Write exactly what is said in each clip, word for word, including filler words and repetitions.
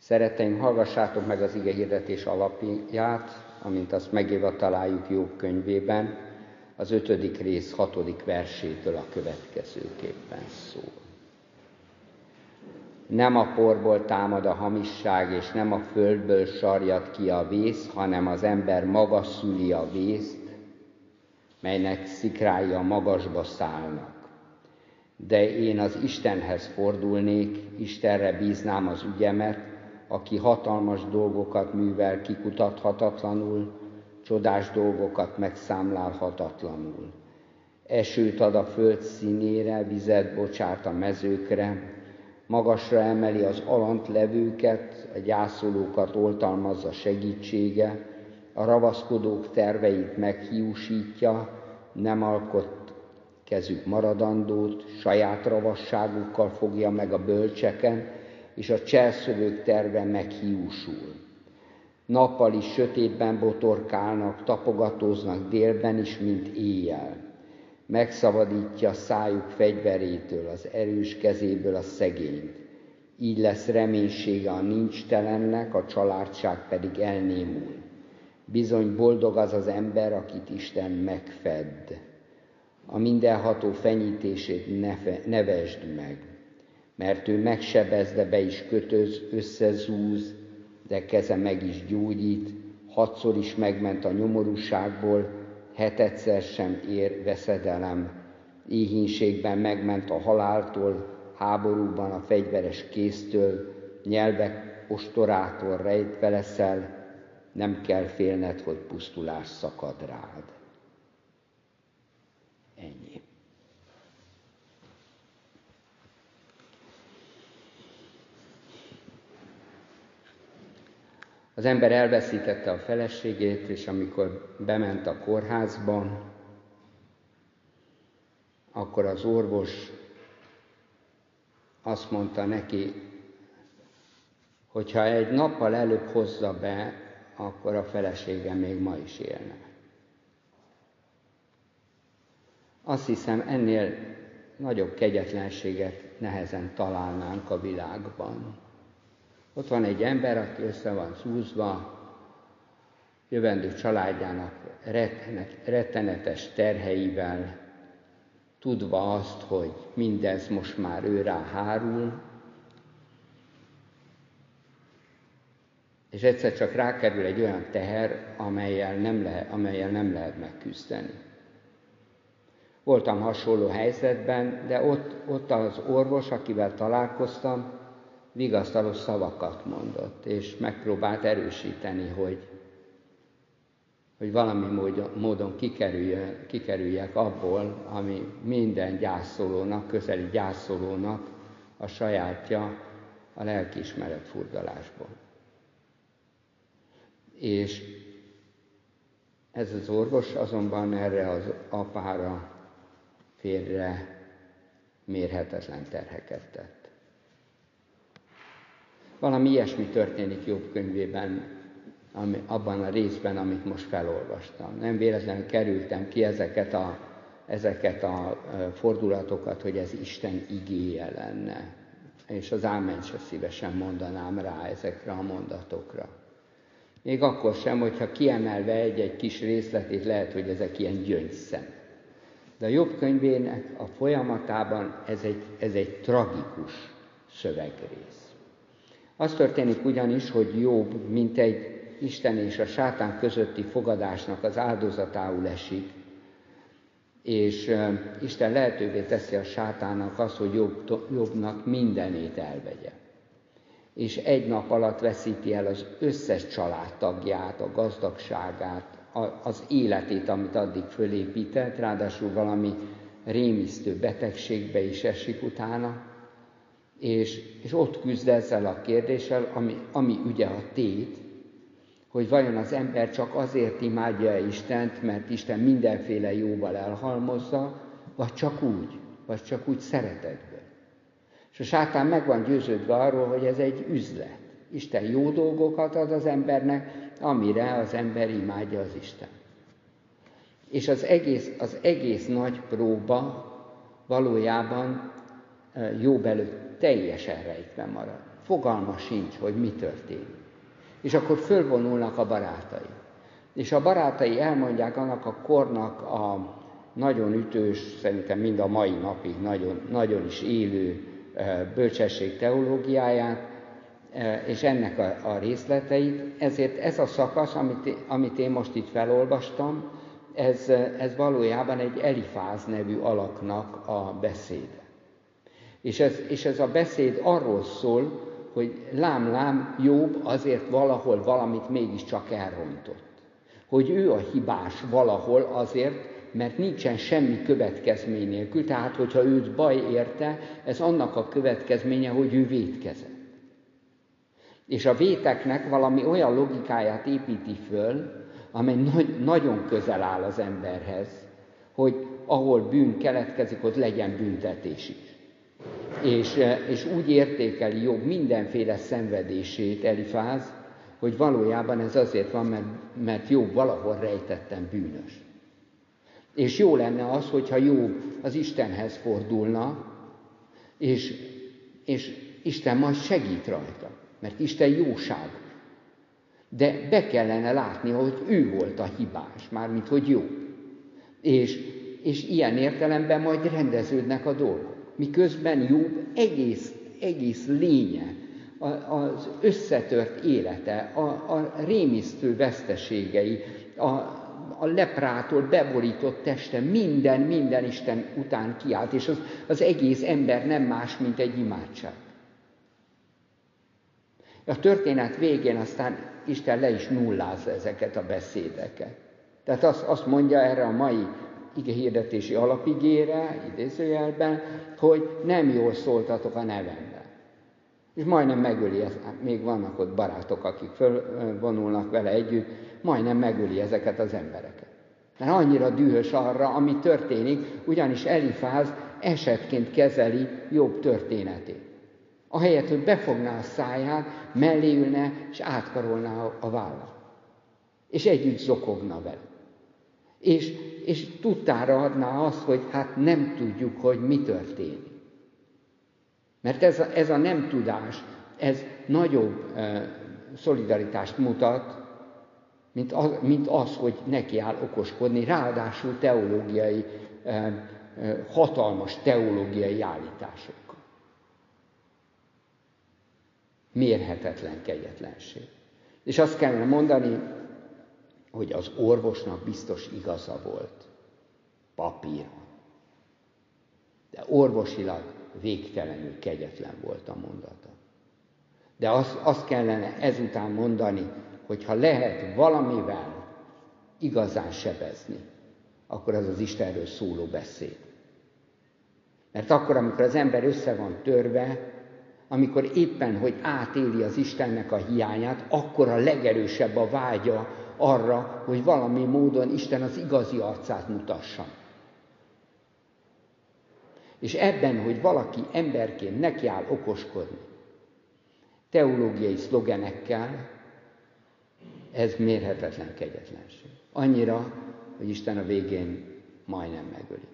Szeretteim, hallgassátok meg az igehirdetés alapját, amint azt megírva találjuk Jobb könyvében, az ötödik rész hatodik versétől a következőképpen szól. Nem a porból támad a hamisság, és nem a földből sarjad ki a vész, hanem az ember maga szüli a vészt, melynek szikrái a magasba szállnak. De én az Istenhez fordulnék, Istenre bíznám az ügyemet, aki hatalmas dolgokat művel kikutathatatlanul, csodás dolgokat megszámlálhatatlanul. Esőt ad a föld színére, vizet bocsát a mezőkre, magasra emeli az alant levőket, a gyászolókat oltalmazza segítsége, a ravaszkodók terveit meghiúsítja, nem alkot kezük maradandót, saját ravasságukkal fogja meg a bölcseken, és a cselszövők terve meghiúsul. Nappal is sötétben botorkálnak, tapogatóznak délben is, mint éjjel. Megszabadítja szájuk fegyverétől, az erős kezéből a szegényt. Így lesz reménysége a nincstelennek, a családság pedig elnémul. Bizony boldog az az ember, akit Isten megfed. A mindenható fenyítését ne, fe, ne vesd meg, mert ő megsebez, de be is kötöz, összezúz, de keze meg is gyógyít, hatszor is megment a nyomorúságból, hetedszer sem ér veszedelem, éhínségben megment a haláltól, háborúban a fegyveres kéztől, nyelvek ostorától rejtve leszel, nem kell félned, hogy pusztulás szakad rád. Ennyi. Az ember elveszítette a feleségét, és amikor bement a kórházba, akkor az orvos azt mondta neki, hogy ha egy nappal előbb hozza be, akkor a felesége még ma is élne. Azt hiszem, ennél nagyobb kegyetlenséget nehezen találnánk a világban. Ott van egy ember, aki össze van zúzva, jövendő családjának rettenetes terheivel, tudva azt, hogy mindez most már ő rá hárul, és egyszer csak rákerül egy olyan teher, amellyel nem lehet, amellyel nem lehet megküzdeni. Voltam hasonló helyzetben, de ott, ott az orvos, akivel találkoztam, vigasztaló szavakat mondott, és megpróbált erősíteni, hogy, hogy valami módon, módon kikerüljek abból, ami minden gyászolónak, közeli gyászolónak a sajátja a lelkiismeret furdalásból. És ez az orvos azonban erre az apára félre mérhetetlen terheket tett. Valami ilyesmi történik Jobb könyvében, ami, abban a részben, amit most felolvastam. Nem véletlenül kerültem ki ezeket a, ezeket a fordulatokat, hogy ez Isten igéje lenne. És az áment se szívesen mondanám rá ezekre a mondatokra. Még akkor sem, hogyha kiemelve egy-egy kis részletét, lehet, hogy ezek ilyen gyöngyszem. De a Jobb könyvének a folyamatában ez egy, ez egy tragikus szövegrész. Az történik ugyanis, hogy Jobb, mint egy Isten és a sátán közötti fogadásnak az áldozatául esik, és Isten lehetővé teszi a sátának azt, hogy Jobb, Jobbnak mindenét elvegye. És egy nap alatt veszíti el az összes családtagját, a gazdagságát, az életét, amit addig fölépített, ráadásul valami rémisztő betegségbe is esik utána, és, és ott küzd ezzel a kérdéssel, ami, ami ugye a tét, hogy vajon az ember csak azért imádja Istent, mert Isten mindenféle jóval elhalmozza, vagy csak úgy, vagy csak úgy szeretetből. És a sátán meg van győződve arról, hogy ez egy üzlet. Isten jó dolgokat ad az embernek, amire az ember imádja az Isten. És az egész, az egész nagy próba valójában Jobb előtt teljesen rejtve marad. fogalma sincs, hogy mi történik. És akkor fölvonulnak a barátai. És a barátai elmondják annak a kornak a nagyon ütős, szerintem mind a mai napig nagyon, nagyon is élő bölcsesség teológiáját, és ennek a, a részleteit. Ezért ez a szakasz, amit, amit én most itt felolvastam, ez, ez valójában egy Elifáz nevű alaknak a beszéde. És ez, és ez a beszéd arról szól, hogy lám-lám Jobb azért valahol valamit mégiscsak elrontott. Hogy ő a hibás valahol azért, mert nincsen semmi következmény nélkül, tehát hogyha őt baj érte, ez annak a következménye, hogy ő vétkezett. És a véteknek valami olyan logikáját építi föl, amely nagy, nagyon közel áll az emberhez, hogy ahol bűn keletkezik, ott legyen büntetés is. És, és úgy értékeli Jobb mindenféle szenvedését Elifáz, hogy valójában ez azért van, mert, mert Jobb valahol rejtetten bűnös. És jó lenne az, hogyha Jobb az Istenhez fordulna, és, és Isten majd segít rajta, mert Isten jóságos. De be kellene látni, hogy ő volt a hibás, mármint hogy Jobb. És, és ilyen értelemben majd rendeződnek a dolgok. Miközben Jobb egész, egész lénye, az összetört élete, a, a rémisztő veszteségei, a, a leprától beborított teste, minden, minden Isten után kiállt, és az, az egész ember nem más, mint egy imádság. A történet végén aztán Isten le is nullázza ezeket a beszédeket. Tehát azt, azt mondja erre a mai igehirdetési alapigére, idézőjelben, hogy nem jól szóltatok a nevemben. És majdnem megöli, még vannak ott barátok, akik fölvonulnak vele együtt, majdnem megöli ezeket az embereket. Mert annyira dühös arra, ami történik, ugyanis Elifáz esetként kezeli Jobb történetét. Ahelyett, hogy befogná a száját, mellé ülne, és átkarolná a vállat. És együtt zokogna vele. És, és tudtára adná azt, hogy hát nem tudjuk, hogy mi történik. Mert ez a, ez a nem tudás, ez nagyobb e, szolidaritást mutat, mint az, mint az, hogy neki áll okoskodni, ráadásul teológiai, e, e, hatalmas teológiai állításokkal. Mérhetetlen kegyetlenség. És azt kellene mondani, hogy az orvosnak biztos igaza volt papíron. De orvosilag végtelenül kegyetlen volt a mondata. De azt, azt kellene ezután mondani, hogy ha lehet valamivel igazán sebezni, akkor az az Istenről szóló beszéd. Mert akkor, amikor az ember össze van törve, amikor éppen, hogy átéli az Istennek a hiányát, akkor a legerősebb a vágya arra, hogy valami módon Isten az igazi arcát mutassa. És ebben, hogy valaki emberként nekiáll okoskodni, teológiai szlogenekkel, ez mérhetetlen kegyetlenség. Annyira, hogy Isten a végén majdnem megöli.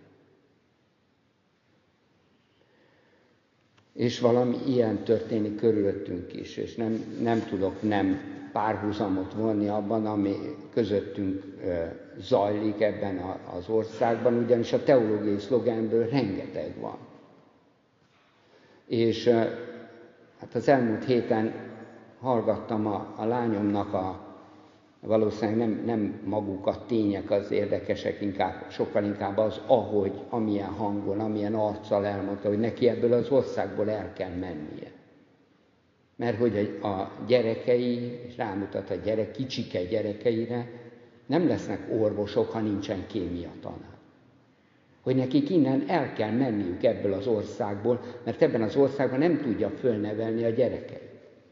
És valami ilyen történik körülöttünk is, és nem, nem tudok nem párhuzamot vonni abban, ami közöttünk zajlik ebben az országban, ugyanis a teológiai szlogenből rengeteg van. És hát az elmúlt héten hallgattam a, a lányomnak a, valószínűleg nem, nem maguk a tények az érdekesek, inkább, sokkal inkább az, ahogy, amilyen hangon, amilyen arccal elmondta, hogy neki ebből az országból el kell mennie. Mert hogy a gyerekei, és rámutat a gyerek, kicsike gyerekeire, nem lesznek orvosok, ha nincsen kémia tanár. Hogy nekik innen el kell menniük ebből az országból, mert ebben az országban nem tudja fölnevelni a gyerekeit.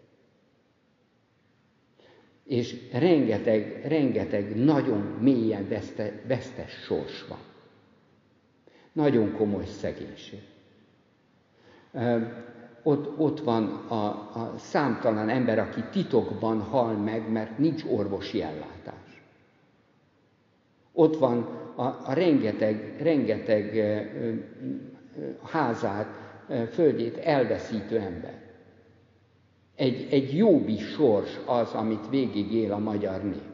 És rengeteg, rengeteg nagyon mélyen veszte, vesztes sors van. Nagyon komoly szegénység. Ott, ott van a, a számtalan ember, aki titokban hal meg, mert nincs orvosi ellátás. Ott van a, a rengeteg, rengeteg ö, ö, házát, ö, földjét elveszítő ember. Egy, egy jóbbi sors az, amit végigél a magyar nép.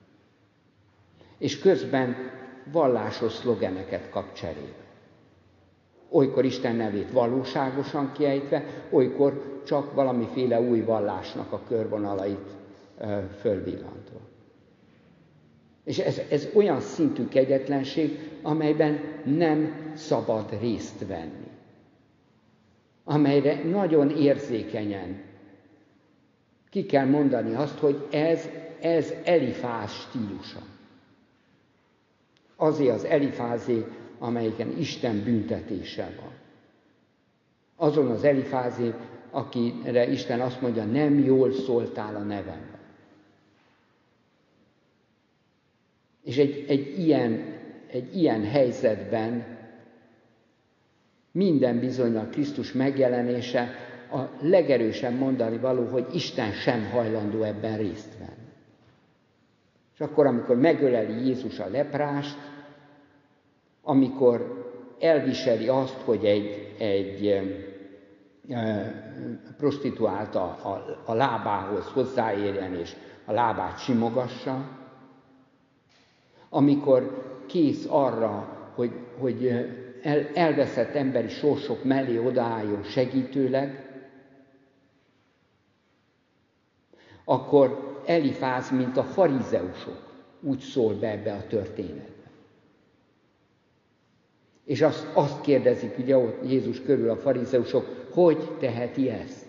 És közben vallásos szlogeneket kap cserébe. Olykor Isten nevét valóságosan kiejtve, olykor csak valamiféle új vallásnak a körvonalait ö, fölvillantva. És ez, ez olyan szintű kegyetlenség, amelyben nem szabad részt venni. Amelyre nagyon érzékenyen ki kell mondani azt, hogy ez, ez Elifáz stílusa. Azért az Elifázé, amelyiken Isten büntetése van. Azon az Elifázé, akire Isten azt mondja, nem jól szóltál a nevemben. És egy, egy, ilyen, egy ilyen helyzetben minden bizonnyal Krisztus megjelenése a legerősebb mondani való, hogy Isten sem hajlandó ebben részt venni. És akkor, amikor megöleli Jézus a leprást, amikor elviseli azt, hogy egy, egy e, prostituált a, a, a lábához hozzáérjen, és a lábát simogassa, amikor kész arra, hogy, hogy el, elveszett emberi sorsok mellé odaálljon segítőleg, akkor Elifáz, mint a farizeusok, úgy szól be ebbe a történetbe. És azt, azt kérdezik ugye ott Jézus körül a farizeusok, hogy teheti ezt?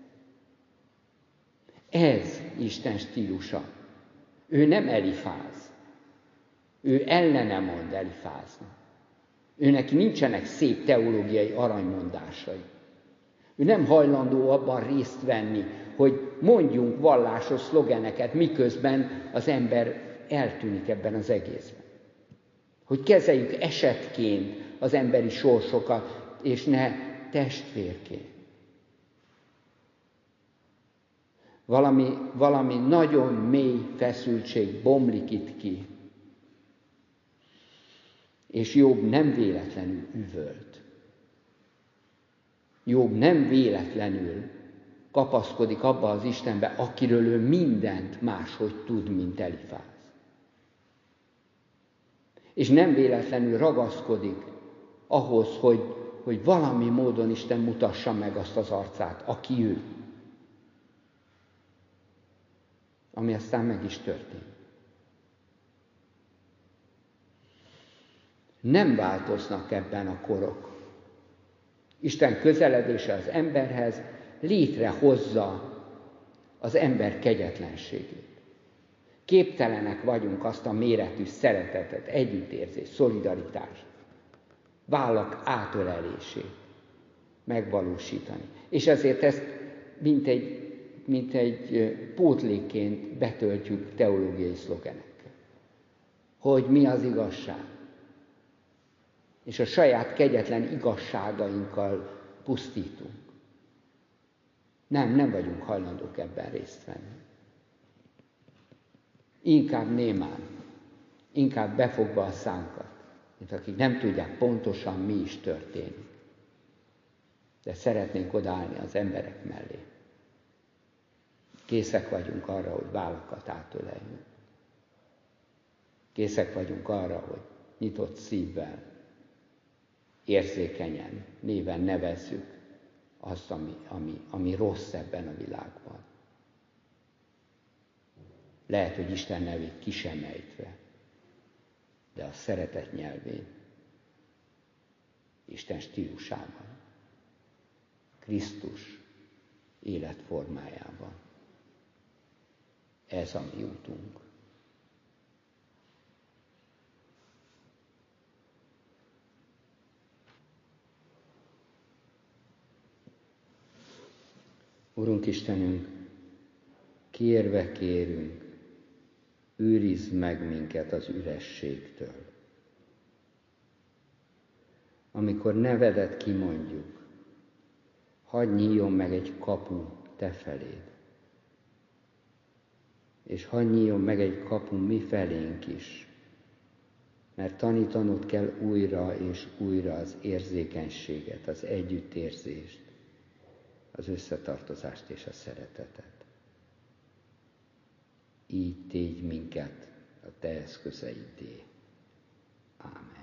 Ez Isten stílusa. Ő nem Elifáz. Ő ellene mond Elifáznak. Ő neki nincsenek szép teológiai aranymondásai. Ő nem hajlandó abban részt venni, hogy mondjunk vallásos szlogeneket, miközben az ember eltűnik ebben az egészben. Hogy kezeljük esetként az emberi sorsokat, és ne testvérként. Valami, valami nagyon mély feszültség bomlik itt ki. És Jobb nem véletlenül üvölt. Jobb nem véletlenül kapaszkodik abba az Istenbe, akiről ő mindent máshogy tud, mint Elifáz. És nem véletlenül ragaszkodik ahhoz, hogy, hogy valami módon Isten mutassa meg azt az arcát, aki ő. Ami aztán meg is történt. Nem változnak ebben a korok. Isten közeledése az emberhez létrehozza az ember kegyetlenségét. Képtelenek vagyunk azt a méretű szeretetet, együttérzést, szolidaritást, vállak átölelését megvalósítani. És ezért ezt mint egy, mint egy pótlékként betöltjük teológiai szlogenekkel. Hogy mi az igazság. És a saját kegyetlen igazságainkkal pusztítunk. Nem, nem vagyunk hajlandók ebben részt venni. Inkább némán, inkább befogva a szánkat, mint akik nem tudják pontosan, mi is történik. De szeretnénk odaállni az emberek mellé. Készek vagyunk arra, hogy vállakat átöleljünk. Készek vagyunk arra, hogy nyitott szívvel, érzékenyen, néven nevezzük azt, ami, ami, ami rossz ebben a világban. Lehet, hogy Isten nevét ki sem ejtve, de a szeretet nyelvén, Isten stílusában, Krisztus életformájában. Ez a mi útunk. Urunk Istenünk, kérve kérünk, őrizd meg minket az ürességtől. Amikor nevedet kimondjuk, hadd nyíljon meg egy kapu te feléd, és hadd nyíljon meg egy kapu mi felénk is, mert tanítanod kell újra és újra az érzékenységet, az együttérzést, az összetartozást és a szeretetet. Így tégy minket a te eszközeiddé. Ámen.